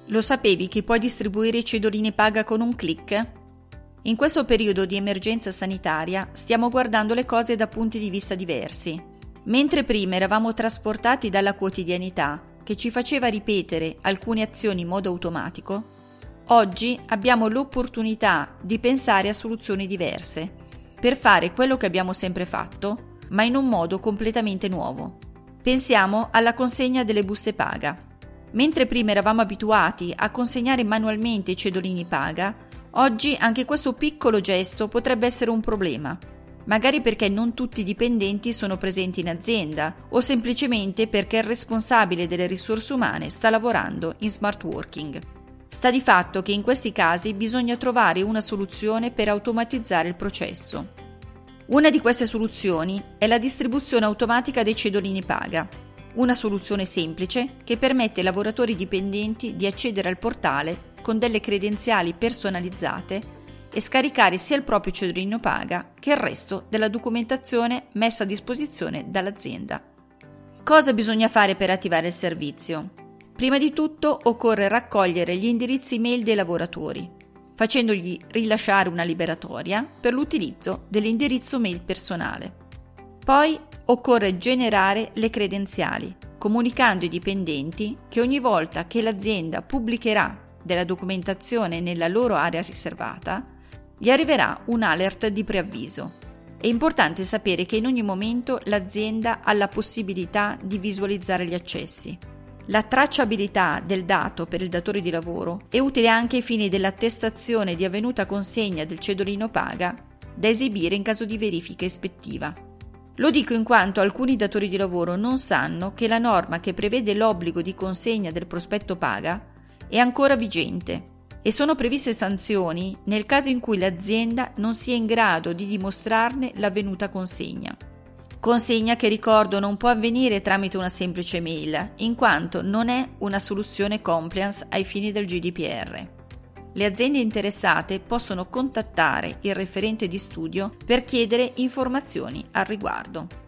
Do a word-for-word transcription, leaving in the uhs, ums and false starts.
Lo sapevi che puoi distribuire i cedolini paga con un click? In questo periodo di emergenza sanitaria stiamo guardando le cose da punti di vista diversi. Mentre prima eravamo trasportati dalla quotidianità, che ci faceva ripetere alcune azioni in modo automatico, oggi abbiamo l'opportunità di pensare a soluzioni diverse, per fare quello che abbiamo sempre fatto, ma in un modo completamente nuovo. Pensiamo alla consegna delle buste paga. Mentre prima eravamo abituati a consegnare manualmente i cedolini paga, oggi anche questo piccolo gesto potrebbe essere un problema. Magari perché non tutti i dipendenti sono presenti in azienda o semplicemente perché il responsabile delle risorse umane sta lavorando in smart working. Sta di fatto che in questi casi bisogna trovare una soluzione per automatizzare il processo. Una di queste soluzioni è la distribuzione automatica dei cedolini paga. Una soluzione semplice che permette ai lavoratori dipendenti di accedere al portale con delle credenziali personalizzate e scaricare sia il proprio cedolino paga che il resto della documentazione messa a disposizione dall'azienda. Cosa bisogna fare per attivare il servizio? Prima di tutto occorre raccogliere gli indirizzi email dei lavoratori, facendogli rilasciare una liberatoria per l'utilizzo dell'indirizzo mail personale. Poi occorre generare le credenziali, comunicando ai dipendenti che ogni volta che l'azienda pubblicherà della documentazione nella loro area riservata, gli arriverà un alert di preavviso. È importante sapere che in ogni momento l'azienda ha la possibilità di visualizzare gli accessi. La tracciabilità del dato per il datore di lavoro è utile anche ai fini dell'attestazione di avvenuta consegna del cedolino paga da esibire in caso di verifica ispettiva. Lo dico in quanto alcuni datori di lavoro non sanno che la norma che prevede l'obbligo di consegna del prospetto paga è ancora vigente e sono previste sanzioni nel caso in cui l'azienda non sia in grado di dimostrarne l'avvenuta consegna. Consegna che, ricordo, non può avvenire tramite una semplice mail, in quanto non è una soluzione compliance ai fini del G D P R. Le aziende interessate possono contattare il referente di studio per chiedere informazioni al riguardo.